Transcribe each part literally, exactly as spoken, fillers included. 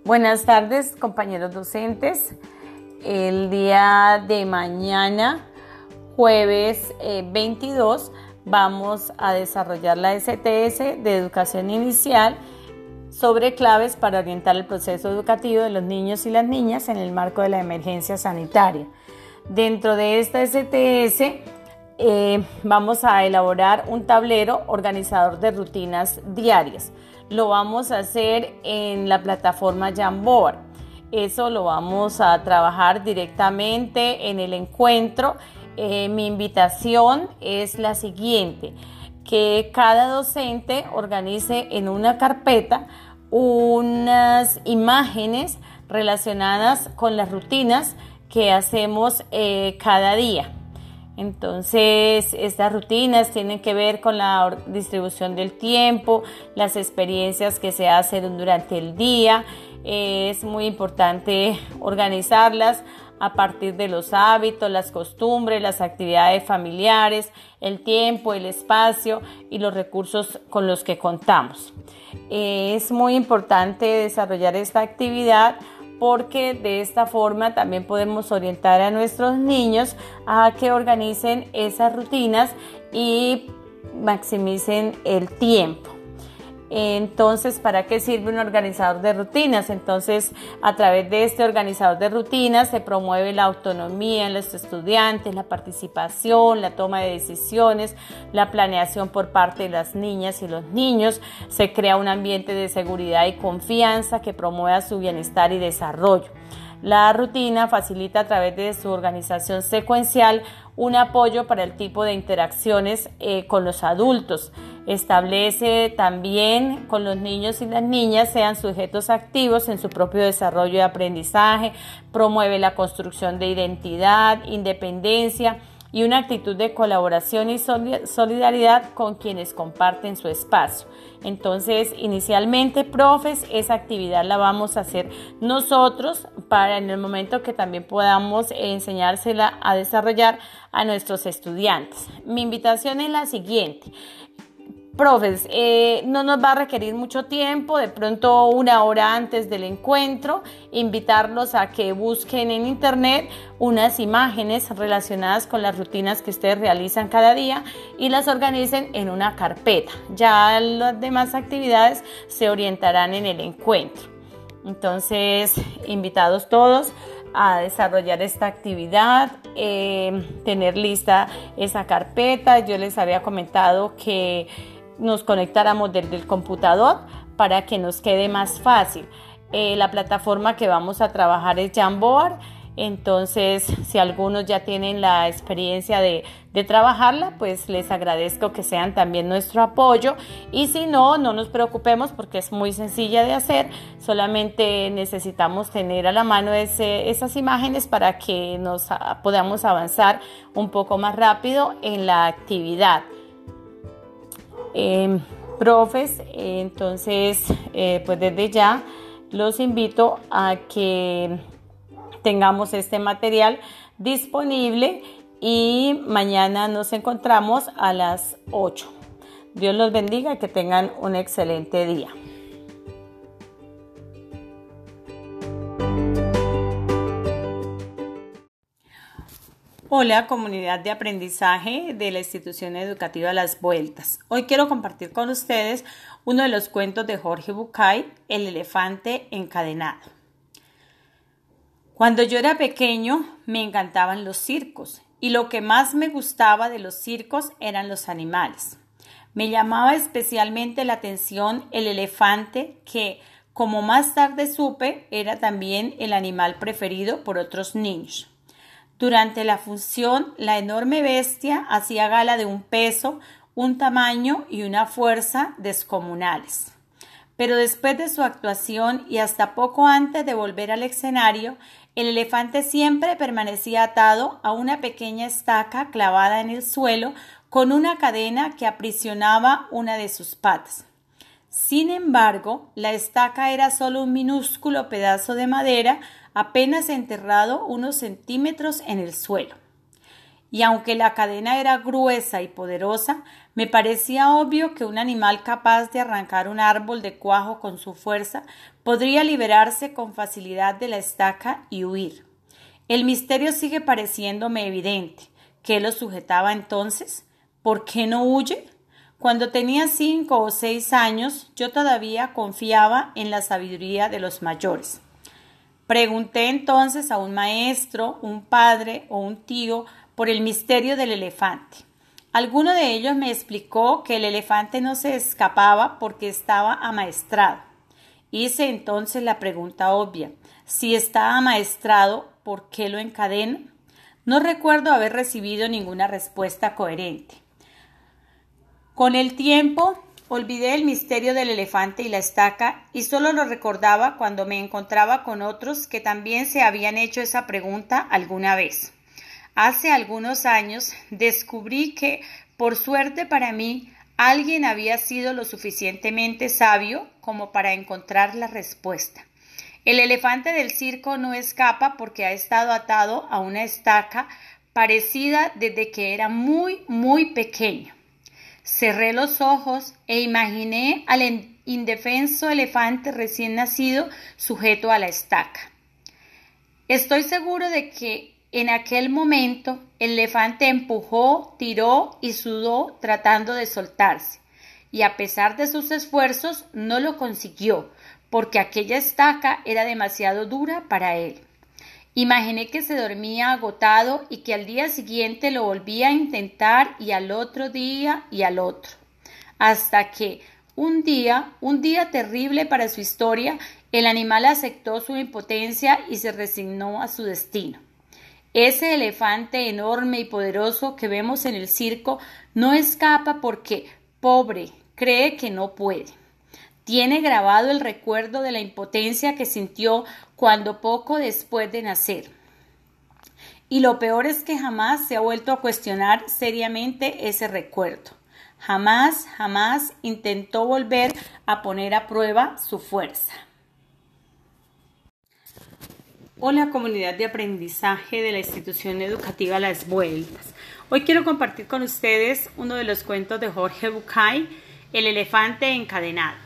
Buenas tardes, compañeros docentes. El día de mañana, jueves eh, veintidós, vamos a desarrollar la S T S de educación inicial sobre claves para orientar el proceso educativo de los niños y las niñas en el marco de la emergencia sanitaria. Dentro de esta S T S eh, vamos a elaborar un tablero organizador de rutinas diarias. Lo vamos a hacer en la plataforma Jamboard. Eso lo vamos a trabajar directamente en el encuentro. Eh, mi invitación es la siguiente: que cada docente organice en una carpeta unas imágenes relacionadas con las rutinas que hacemos eh, cada día. Entonces, estas rutinas tienen que ver con la distribución del tiempo, las experiencias que se hacen durante el día. Eh, es muy importante organizarlas a partir de los hábitos, las costumbres, las actividades familiares, el tiempo, el espacio y los recursos con los que contamos. Eh, es muy importante desarrollar esta actividad porque de esta forma también podemos orientar a nuestros niños a que organicen esas rutinas y maximicen el tiempo. Entonces, ¿para qué sirve un organizador de rutinas? Entonces, a través de este organizador de rutinas se promueve la autonomía en los estudiantes, la participación, la toma de decisiones, la planeación por parte de las niñas y los niños. Se crea un ambiente de seguridad y confianza que promueva su bienestar y desarrollo. La rutina facilita a través de su organización secuencial un apoyo para el tipo de interacciones eh, con los adultos. Establece también con los niños y las niñas sean sujetos activos en su propio desarrollo de aprendizaje, promueve la construcción de identidad, independencia y una actitud de colaboración y solidaridad con quienes comparten su espacio. Entonces, inicialmente, profes, esa actividad la vamos a hacer nosotros para en el momento que también podamos enseñársela a desarrollar a nuestros estudiantes. Mi invitación es la siguiente. Profes, eh, no nos va a requerir mucho tiempo, de pronto una hora antes del encuentro, invitarlos a que busquen en internet unas imágenes relacionadas con las rutinas que ustedes realizan cada día y las organicen en una carpeta. Ya las demás actividades se orientarán en el encuentro. Entonces, invitados todos a desarrollar esta actividad, eh, tener lista esa carpeta. Yo les había comentado que nos conectáramos desde el computador para que nos quede más fácil. Eh, la plataforma que vamos a trabajar es Jamboard. Entonces, si algunos ya tienen la experiencia de, de trabajarla, pues les agradezco que sean también nuestro apoyo. Y si no, no nos preocupemos porque es muy sencilla de hacer. Solamente necesitamos tener a la mano ese, esas imágenes para que nos a, podamos avanzar un poco más rápido en la actividad. Eh, profes, eh, entonces, eh, pues desde ya los invito a que tengamos este material disponible y mañana nos encontramos a las ocho. Dios los bendiga y que tengan un excelente día. Hola, comunidad de aprendizaje de la institución educativa Las Vueltas. Hoy quiero compartir con ustedes uno de los cuentos de Jorge Bucay, El elefante encadenado. Cuando yo era pequeño me encantaban los circos y lo que más me gustaba de los circos eran los animales. Me llamaba especialmente la atención el elefante que, como más tarde supe, era también el animal preferido por otros niños. Durante la función, la enorme bestia hacía gala de un peso, un tamaño y una fuerza descomunales. Pero después de su actuación y hasta poco antes de volver al escenario, el elefante siempre permanecía atado a una pequeña estaca clavada en el suelo con una cadena que aprisionaba una de sus patas. Sin embargo, la estaca era solo un minúsculo pedazo de madera apenas enterrado unos centímetros en el suelo. y aunque la cadena era gruesa y poderosa, me parecía obvio que un animal capaz de arrancar un árbol de cuajo con su fuerza podría liberarse con facilidad de la estaca y huir. El misterio sigue pareciéndome evidente. ¿Qué lo sujetaba entonces? ¿Por qué no huye? Cuando tenía cinco o seis años, yo todavía confiaba en la sabiduría de los mayores. Pregunté entonces a un maestro, un padre o un tío por el misterio del elefante. Alguno de ellos me explicó que el elefante no se escapaba porque estaba amaestrado. Hice entonces la pregunta obvia: si está amaestrado, ¿por qué lo encadeno? No recuerdo haber recibido ninguna respuesta coherente. Con el tiempo, olvidé el misterio del elefante y la estaca y solo lo recordaba cuando me encontraba con otros que también se habían hecho esa pregunta alguna vez. Hace algunos años descubrí que, por suerte para mí, alguien había sido lo suficientemente sabio como para encontrar la respuesta. El elefante del circo no escapa porque ha estado atado a una estaca parecida desde que era muy, muy pequeño. Cerré los ojos e imaginé al indefenso elefante recién nacido sujeto a la estaca. Estoy seguro de que en aquel momento el elefante empujó, tiró y sudó tratando de soltarse, y a pesar de sus esfuerzos no lo consiguió, porque aquella estaca era demasiado dura para él. Imaginé que se dormía agotado y que al día siguiente lo volvía a intentar y al otro día y al otro. Hasta que un día, un día terrible para su historia, el animal aceptó su impotencia y se resignó a su destino. Ese elefante enorme y poderoso que vemos en el circo no escapa porque, pobre, cree que no puede. Tiene grabado el recuerdo de la impotencia que sintió cuando poco después de nacer. Y lo peor es que jamás se ha vuelto a cuestionar seriamente ese recuerdo. Jamás, jamás intentó volver a poner a prueba su fuerza. Hola, comunidad de aprendizaje de la institución educativa Las Vueltas. Hoy quiero compartir con ustedes uno de los cuentos de Jorge Bucay, El elefante encadenado.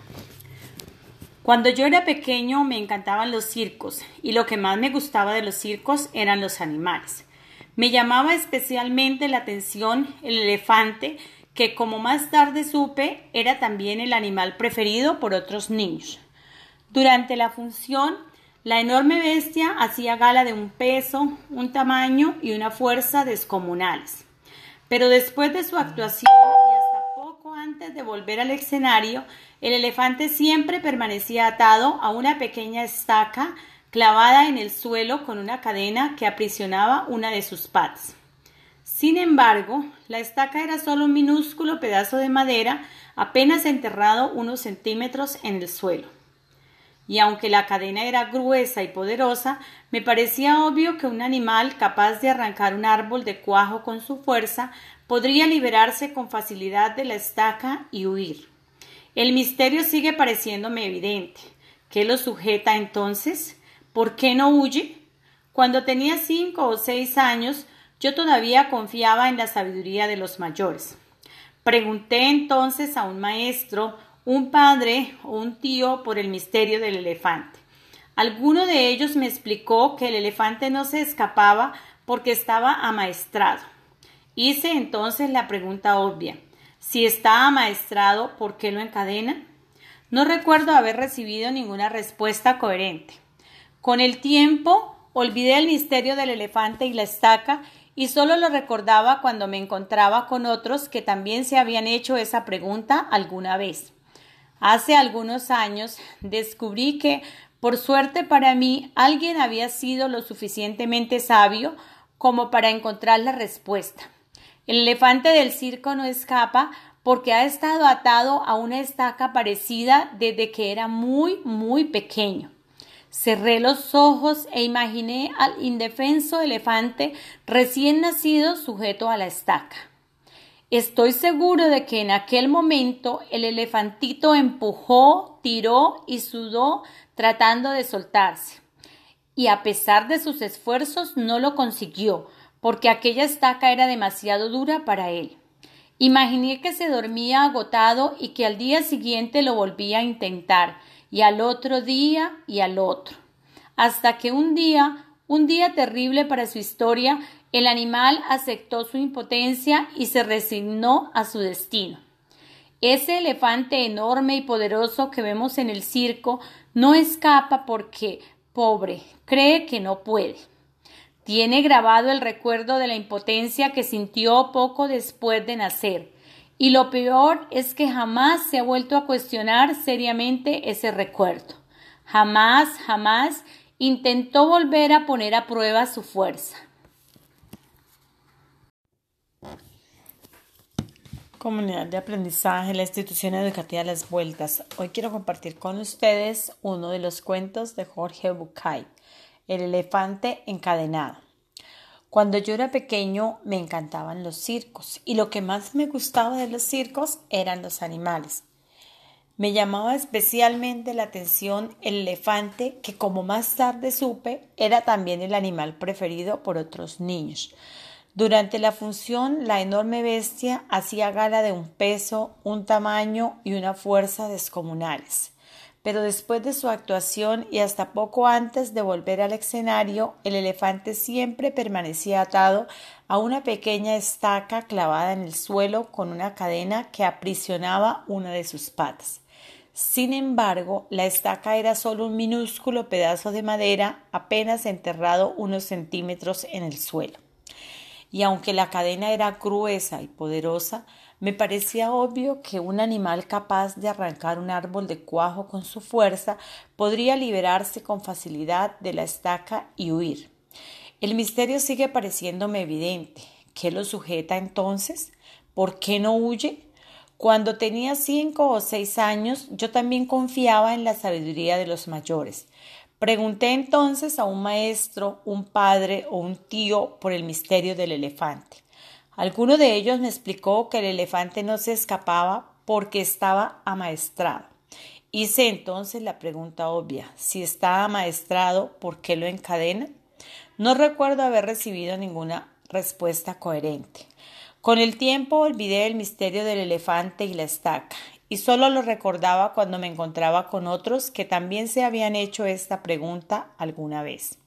Cuando yo era pequeño me encantaban los circos y lo que más me gustaba de los circos eran los animales. Me llamaba especialmente la atención el elefante, que como más tarde supe era también el animal preferido por otros niños. Durante la función, la enorme bestia hacía gala de un peso, un tamaño y una fuerza descomunales. Pero después de su actuación y hasta poco antes de volver al escenario, el elefante siempre permanecía atado a una pequeña estaca clavada en el suelo con una cadena que aprisionaba una de sus patas. Sin embargo, la estaca era solo un minúsculo pedazo de madera apenas enterrado unos centímetros en el suelo. Y aunque la cadena era gruesa y poderosa, me parecía obvio que un animal capaz de arrancar un árbol de cuajo con su fuerza podría liberarse con facilidad de la estaca y huir. El misterio sigue pareciéndome evidente. ¿Qué lo sujeta entonces? ¿Por qué no huye? Cuando tenía cinco o seis años, yo todavía confiaba en la sabiduría de los mayores. Pregunté entonces a un maestro, un padre o un tío por el misterio del elefante. Alguno de ellos me explicó que el elefante no se escapaba porque estaba amaestrado. Hice entonces la pregunta obvia: si está amaestrado, ¿por qué lo encadenan? No recuerdo haber recibido ninguna respuesta coherente. Con el tiempo, olvidé el misterio del elefante y la estaca y solo lo recordaba cuando me encontraba con otros que también se habían hecho esa pregunta alguna vez. Hace algunos años descubrí que, por suerte para mí, alguien había sido lo suficientemente sabio como para encontrar la respuesta. El elefante del circo no escapa porque ha estado atado a una estaca parecida desde que era muy, muy pequeño. Cerré los ojos e imaginé al indefenso elefante recién nacido sujeto a la estaca. Estoy seguro de que en aquel momento el elefantito empujó, tiró y sudó tratando de soltarse. Y a pesar de sus esfuerzos no lo consiguió, porque aquella estaca era demasiado dura para él. Imaginé que se dormía agotado y que al día siguiente lo volvía a intentar, y al otro día y al otro, hasta que un día, un día terrible para su historia, el animal aceptó su impotencia y se resignó a su destino. Ese elefante enorme y poderoso que vemos en el circo no escapa porque, pobre, cree que no puede. Tiene grabado el recuerdo de la impotencia que sintió poco después de nacer, y lo peor es que jamás se ha vuelto a cuestionar seriamente ese recuerdo. Jamás, jamás intentó volver a poner a prueba su fuerza. Comunidad de aprendizaje, la institución educativa Las Vueltas. Hoy quiero compartir con ustedes uno de los cuentos de Jorge Bucay, El elefante encadenado. Cuando yo era pequeño me encantaban los circos y lo que más me gustaba de los circos eran los animales. Me llamaba especialmente la atención el elefante, que como más tarde supe era también el animal preferido por otros niños. Durante la función, la enorme bestia hacía gala de un peso, un tamaño y una fuerza descomunales. Pero después de su actuación y hasta poco antes de volver al escenario, el elefante siempre permanecía atado a una pequeña estaca clavada en el suelo con una cadena que aprisionaba una de sus patas. Sin embargo, la estaca era solo un minúsculo pedazo de madera apenas enterrado unos centímetros en el suelo. Y aunque la cadena era gruesa y poderosa, me parecía obvio que un animal capaz de arrancar un árbol de cuajo con su fuerza podría liberarse con facilidad de la estaca y huir. El misterio sigue pareciéndome evidente. ¿Qué lo sujeta entonces? ¿Por qué no huye? Cuando tenía cinco o seis años, yo también confiaba en la sabiduría de los mayores. Pregunté entonces a un maestro, un padre o un tío por el misterio del elefante. Alguno de ellos me explicó que el elefante no se escapaba porque estaba amaestrado. Hice entonces la pregunta obvia: si está amaestrado, ¿por qué lo encadenan? No recuerdo haber recibido ninguna respuesta coherente. Con el tiempo olvidé el misterio del elefante y la estaca, y solo lo recordaba cuando me encontraba con otros que también se habían hecho esta pregunta alguna vez.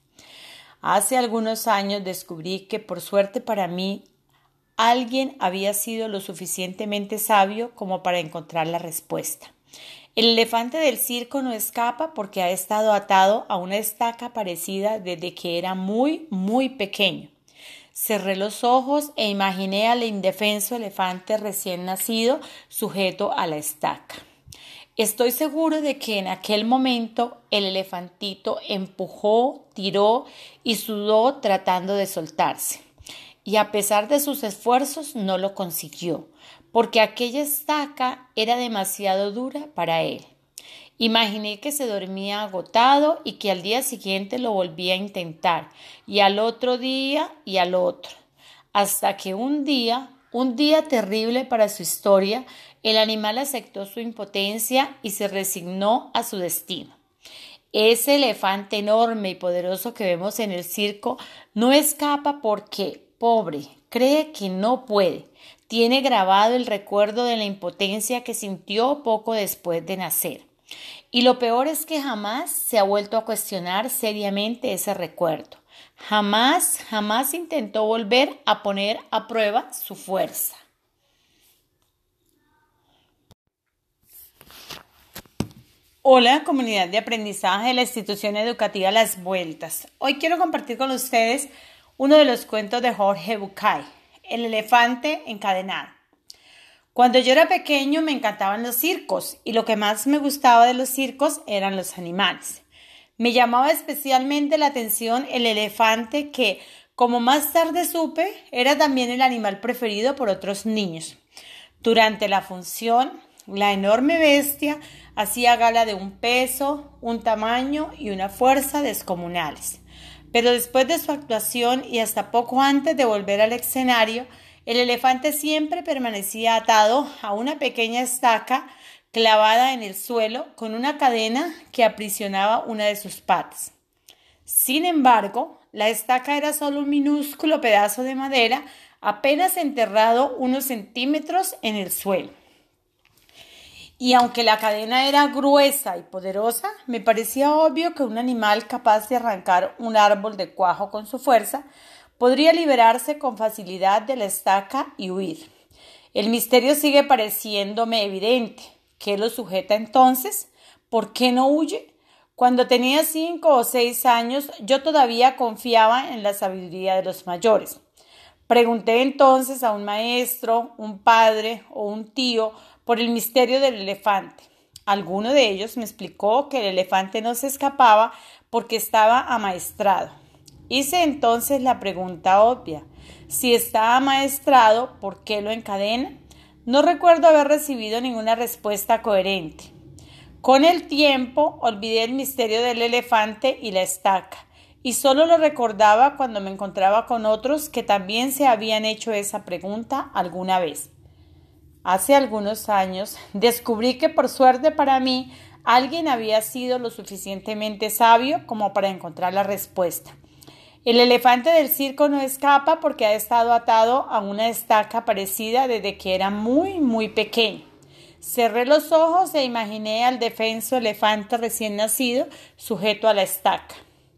Hace algunos años descubrí que, por suerte para mí, alguien había sido lo suficientemente sabio como para encontrar la respuesta. El elefante del circo no escapa porque ha estado atado a una estaca parecida desde que era muy, muy pequeño. Cerré los ojos e imaginé al indefenso elefante recién nacido sujeto a la estaca. Estoy seguro de que en aquel momento el elefantito empujó, tiró y sudó tratando de soltarse. Y a pesar de sus esfuerzos no lo consiguió, porque aquella estaca era demasiado dura para él. Imaginé que se dormía agotado y que al día siguiente lo volvía a intentar, y al otro día y al otro, hasta que un día, un día terrible para su historia, el animal aceptó su impotencia y se resignó a su destino. Ese elefante enorme y poderoso que vemos en el circo no escapa porque, pobre, cree que no puede. Tiene grabado el recuerdo de la impotencia que sintió poco después de nacer. Y lo peor es que jamás se ha vuelto a cuestionar seriamente ese recuerdo. Jamás, jamás intentó volver a poner a prueba su fuerza. Hola, comunidad de aprendizaje de la institución educativa Las Vueltas. Hoy quiero compartir con ustedes uno de los cuentos de Jorge Bucay, El elefante encadenado. Cuando yo era pequeño me encantaban los circos y lo que más me gustaba de los circos eran los animales. Me llamaba especialmente la atención el elefante que, como más tarde supe, era también el animal preferido por otros niños. Durante la función, la enorme bestia hacía gala de un peso, un tamaño y una fuerza descomunales. Pero después de su actuación y hasta poco antes de volver al escenario, el elefante siempre permanecía atado a una pequeña estaca clavada en el suelo con una cadena que aprisionaba una de sus patas. Sin embargo, la estaca era solo un minúsculo pedazo de madera, apenas enterrado unos centímetros en el suelo. Y aunque la cadena era gruesa y poderosa, me parecía obvio que un animal capaz de arrancar un árbol de cuajo con su fuerza podría liberarse con facilidad de la estaca y huir. El misterio sigue pareciéndome evidente. ¿Qué lo sujeta entonces? ¿Por qué no huye? Cuando tenía cinco o seis años, yo todavía confiaba en la sabiduría de los mayores. Pregunté entonces a un maestro, un padre o un tío por el misterio del elefante. Alguno de ellos me explicó que el elefante no se escapaba porque estaba amaestrado. Hice entonces la pregunta obvia. Si está amaestrado, ¿por qué lo encadena? No recuerdo haber recibido ninguna respuesta coherente. Con el tiempo olvidé el misterio del elefante y la estaca, y solo lo recordaba cuando me encontraba con otros que también se habían hecho esa pregunta alguna vez. Hace algunos años descubrí que, por suerte para mí, alguien había sido lo suficientemente sabio como para encontrar la respuesta. El elefante del circo no escapa porque ha estado atado a una estaca parecida desde que era muy, muy pequeño. Cerré los ojos e imaginé al defenso elefante recién nacido sujeto a la estaca.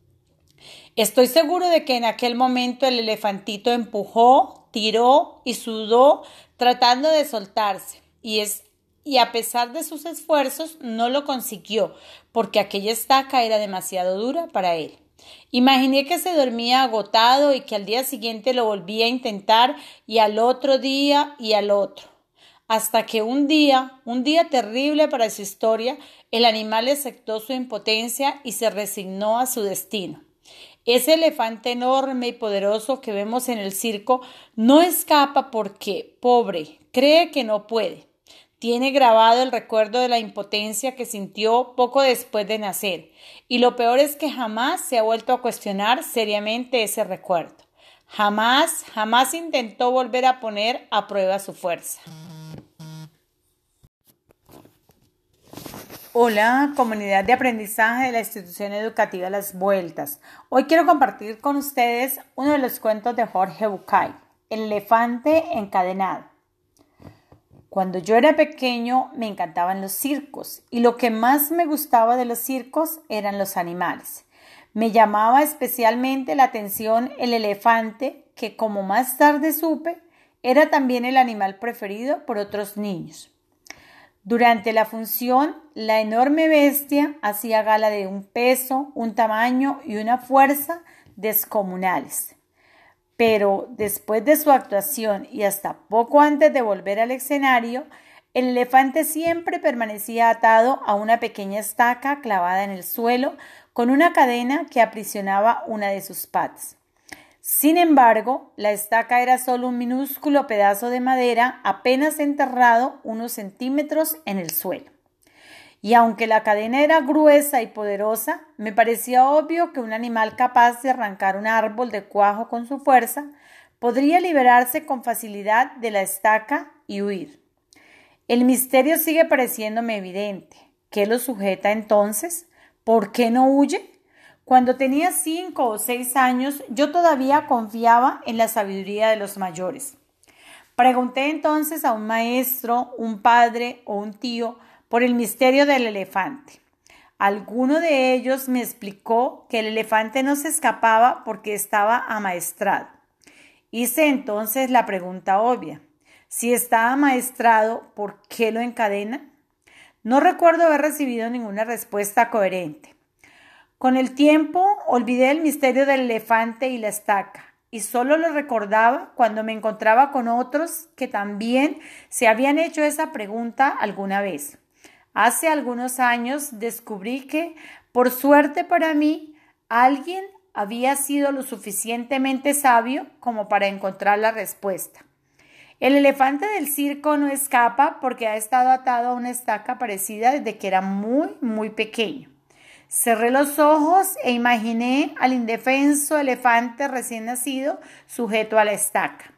Estoy seguro de que en aquel momento el elefantito empujó, tiró y sudó tratando de soltarse, y, es, y a pesar de sus esfuerzos no lo consiguió porque aquella estaca era demasiado dura para él. Imaginé que se dormía agotado y que al día siguiente lo volvía a intentar, y al otro día y al otro. Hasta que un día, un día terrible para su historia, el animal aceptó su impotencia y se resignó a su destino. Ese elefante enorme y poderoso que vemos en el circo no escapa porque, pobre, cree que no puede. Tiene grabado el recuerdo de la impotencia que sintió poco después de nacer, y lo peor es que jamás se ha vuelto a cuestionar seriamente ese recuerdo. Jamás, jamás intentó volver a poner a prueba su fuerza. Hola, comunidad de aprendizaje de la institución educativa Las Vueltas. Hoy quiero compartir con ustedes uno de los cuentos de Jorge Bucay, El elefante encadenado. Cuando yo era pequeño me encantaban los circos, y lo que más me gustaba de los circos eran los animales. Me llamaba especialmente la atención el elefante, que, como más tarde supe, era también el animal preferido por otros niños. Durante la función, la enorme bestia hacía gala de un peso, un tamaño y una fuerza descomunales. Pero después de su actuación y hasta poco antes de volver al escenario, el elefante siempre permanecía atado a una pequeña estaca clavada en el suelo con una cadena que aprisionaba una de sus patas. Sin embargo, la estaca era solo un minúsculo pedazo de madera apenas enterrado unos centímetros en el suelo. Y aunque la cadena era gruesa y poderosa, me parecía obvio que un animal capaz de arrancar un árbol de cuajo con su fuerza podría liberarse con facilidad de la estaca y huir. El misterio sigue pareciéndome evidente. ¿Qué lo sujeta entonces? ¿Por qué no huye? Cuando tenía cinco o seis años, yo todavía confiaba en la sabiduría de los mayores. Pregunté entonces a un maestro, un padre o un tío por el misterio del elefante. Alguno de ellos me explicó que el elefante no se escapaba porque estaba amaestrado. Hice entonces la pregunta obvia. Si está amaestrado, ¿por qué lo encadena? No recuerdo haber recibido ninguna respuesta coherente. Con el tiempo olvidé el misterio del elefante y la estaca, y solo lo recordaba cuando me encontraba con otros que también se habían hecho esa pregunta alguna vez. Hace algunos años descubrí que, por suerte para mí, alguien había sido lo suficientemente sabio como para encontrar la respuesta. El elefante del circo no escapa porque ha estado atado a una estaca parecida desde que era muy, muy pequeño. Cerré los ojos e imaginé al indefenso elefante recién nacido sujeto a la estaca.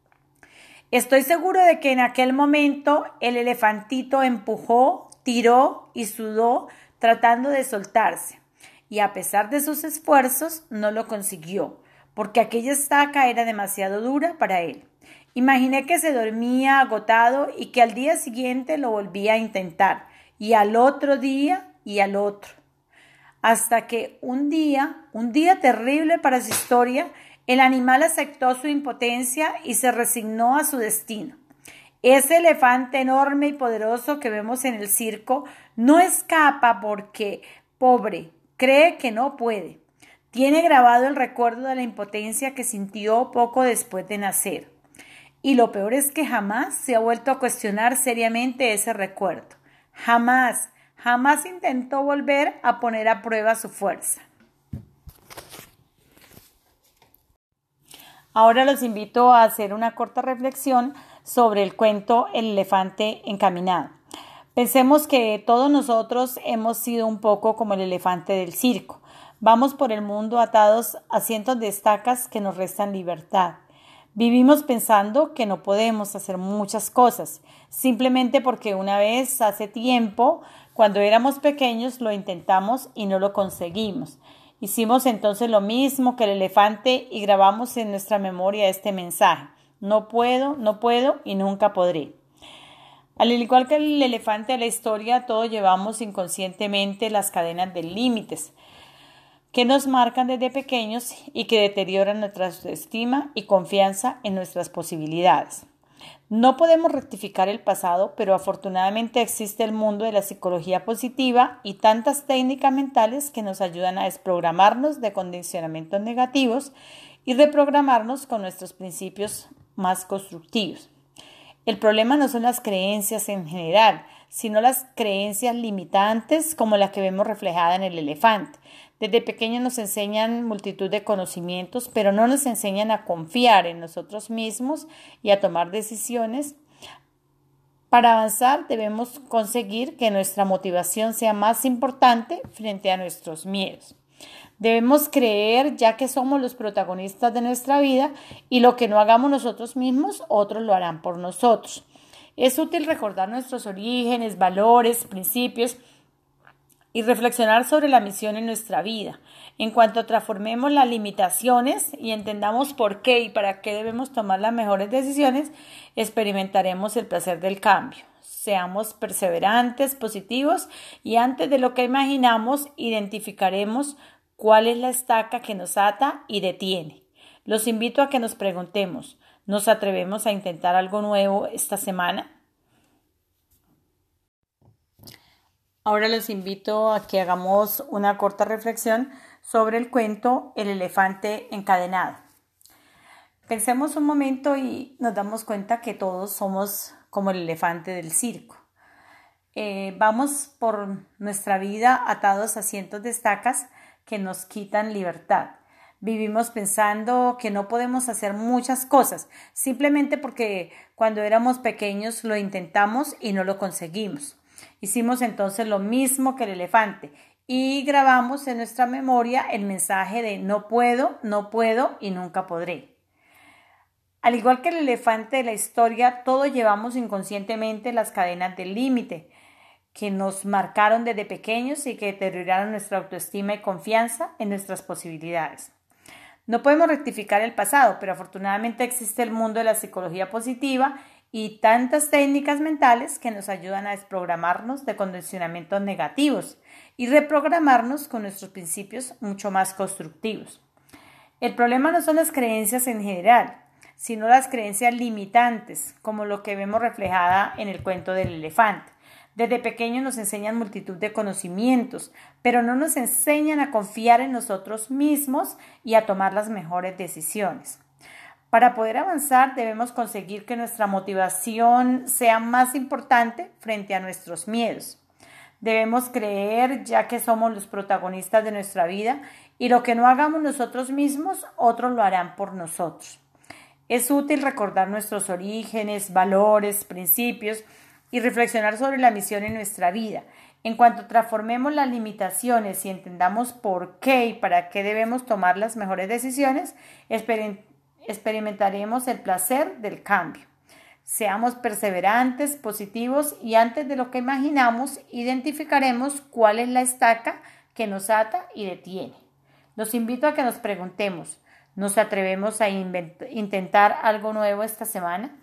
Estoy seguro de que en aquel momento el elefantito empujó, tiró y sudó tratando de soltarse, y a pesar de sus esfuerzos no lo consiguió, porque aquella estaca era demasiado dura para él. Imaginé que se dormía agotado y que al día siguiente lo volvía a intentar, y al otro día y al otro. Hasta que un día, un día terrible para su historia, el animal aceptó su impotencia y se resignó a su destino. Ese elefante enorme y poderoso que vemos en el circo no escapa porque, pobre, cree que no puede. Tiene grabado el recuerdo de la impotencia que sintió poco después de nacer. Y lo peor es que jamás se ha vuelto a cuestionar seriamente ese recuerdo. Jamás, jamás intentó volver a poner a prueba su fuerza. Ahora los invito a hacer una corta reflexión sobre el cuento El elefante encaminado. Pensemos que todos nosotros hemos sido un poco como el elefante del circo. Vamos por el mundo atados a cientos de estacas que nos restan libertad. Vivimos pensando que no podemos hacer muchas cosas, simplemente porque una vez hace tiempo, cuando éramos pequeños, lo intentamos y no lo conseguimos. Hicimos entonces lo mismo que el elefante y grabamos en nuestra memoria este mensaje: no puedo, no puedo y nunca podré. Al igual que el elefante de la historia, todos llevamos inconscientemente las cadenas de límites que nos marcan desde pequeños y que deterioran nuestra autoestima y confianza en nuestras posibilidades. No podemos rectificar el pasado, pero afortunadamente existe el mundo de la psicología positiva y tantas técnicas mentales que nos ayudan a desprogramarnos de condicionamientos negativos y reprogramarnos con nuestros principios más constructivos. El problema no son las creencias en general, sino las creencias limitantes como la que vemos reflejada en el elefante. Desde pequeños nos enseñan multitud de conocimientos, pero no nos enseñan a confiar en nosotros mismos y a tomar decisiones. Para avanzar debemos conseguir que nuestra motivación sea más importante frente a nuestros miedos. Debemos creer ya que somos los protagonistas de nuestra vida y lo que no hagamos nosotros mismos, otros lo harán por nosotros. Es útil recordar nuestros orígenes, valores, principios y reflexionar sobre la misión en nuestra vida. En cuanto transformemos las limitaciones y entendamos por qué y para qué debemos tomar las mejores decisiones, experimentaremos el placer del cambio. Seamos perseverantes, positivos y antes de lo que imaginamos, identificaremos cuál es la estaca que nos ata y detiene. Los invito a que nos preguntemos, ¿nos atrevemos a intentar algo nuevo esta semana? Ahora los invito a que hagamos una corta reflexión sobre el cuento El elefante encadenado. Pensemos un momento y nos damos cuenta que todos somos como el elefante del circo. Eh, vamos por nuestra vida atados a cientos de estacas que nos quitan libertad. Vivimos pensando que no podemos hacer muchas cosas, simplemente porque cuando éramos pequeños lo intentamos y no lo conseguimos. Hicimos entonces lo mismo que el elefante y grabamos en nuestra memoria el mensaje de no puedo, no puedo y nunca podré. Al igual que el elefante de la historia, todos llevamos inconscientemente las cadenas del límite que nos marcaron desde pequeños y que deterioraron nuestra autoestima y confianza en nuestras posibilidades. No podemos rectificar el pasado, pero afortunadamente existe el mundo de la psicología positiva y tantas técnicas mentales que nos ayudan a desprogramarnos de condicionamientos negativos y reprogramarnos con nuestros principios mucho más constructivos. El problema no son las creencias en general, sino las creencias limitantes, como lo que vemos reflejada en el cuento del elefante. Desde pequeños nos enseñan multitud de conocimientos, pero no nos enseñan a confiar en nosotros mismos y a tomar las mejores decisiones. Para poder avanzar debemos conseguir que nuestra motivación sea más importante frente a nuestros miedos. Debemos creer ya que somos los protagonistas de nuestra vida y lo que no hagamos nosotros mismos, otros lo harán por nosotros. Es útil recordar nuestros orígenes, valores, principios y reflexionar sobre la misión en nuestra vida. En cuanto transformemos las limitaciones y entendamos por qué y para qué debemos tomar las mejores decisiones, experimentaremos el placer del cambio. Seamos perseverantes, positivos y antes de lo que imaginamos, identificaremos cuál es la estaca que nos ata y detiene. Los invito a que nos preguntemos, ¿nos atrevemos a intentar algo nuevo esta semana?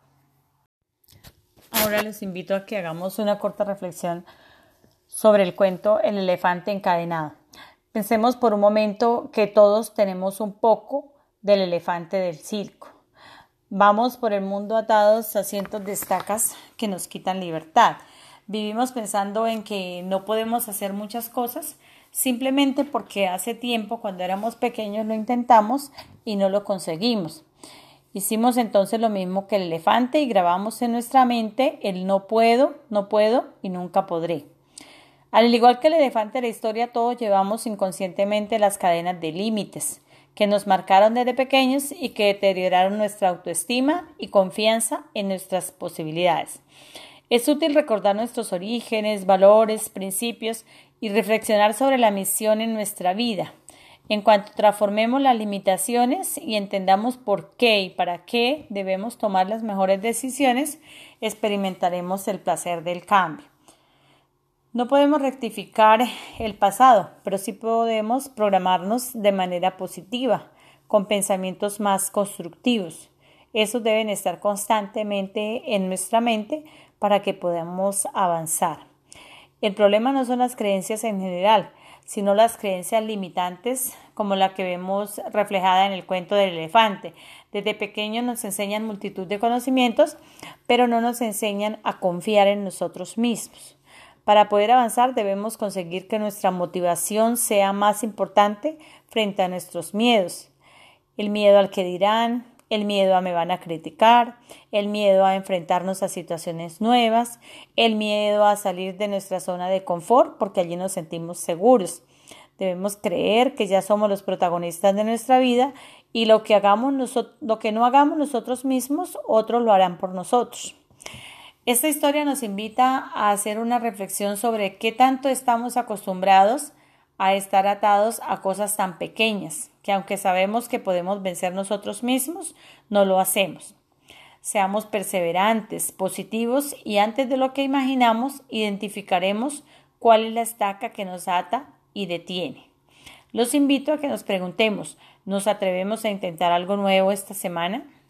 Ahora les invito a que hagamos una corta reflexión sobre el cuento El elefante encadenado. Pensemos por un momento que todos tenemos un poco del elefante del circo. Vamos por el mundo atados a cientos de estacas que nos quitan libertad. Vivimos pensando en que no podemos hacer muchas cosas simplemente porque hace tiempo, cuando éramos pequeños, lo intentamos y no lo conseguimos. Hicimos entonces lo mismo que el elefante y grabamos en nuestra mente el no puedo, no puedo y nunca podré. Al igual que el elefante de la historia, todos llevamos inconscientemente las cadenas de límites que nos marcaron desde pequeños y que deterioraron nuestra autoestima y confianza en nuestras posibilidades. Es útil recordar nuestros orígenes, valores, principios y reflexionar sobre la misión en nuestra vida. En cuanto transformemos las limitaciones y entendamos por qué y para qué debemos tomar las mejores decisiones, experimentaremos el placer del cambio. No podemos rectificar el pasado, pero sí podemos programarnos de manera positiva, con pensamientos más constructivos. Esos deben estar constantemente en nuestra mente para que podamos avanzar. El problema no son las creencias en general, sino las creencias limitantes como la que vemos reflejada en el cuento del elefante. Desde pequeños nos enseñan multitud de conocimientos, pero no nos enseñan a confiar en nosotros mismos. Para poder avanzar debemos conseguir que nuestra motivación sea más importante frente a nuestros miedos. El miedo al que dirán, el miedo a me van a criticar, el miedo a enfrentarnos a situaciones nuevas, el miedo a salir de nuestra zona de confort porque allí nos sentimos seguros. Debemos creer que ya somos los protagonistas de nuestra vida y lo que hagamos nosotros, lo que no hagamos nosotros mismos, otros lo harán por nosotros. Esta historia nos invita a hacer una reflexión sobre qué tanto estamos acostumbrados a estar atados a cosas tan pequeñas, que aunque sabemos que podemos vencer nosotros mismos, no lo hacemos. Seamos perseverantes, positivos y antes de lo que imaginamos, identificaremos cuál es la estaca que nos ata y detiene. Los invito a que nos preguntemos, ¿nos atrevemos a intentar algo nuevo esta semana?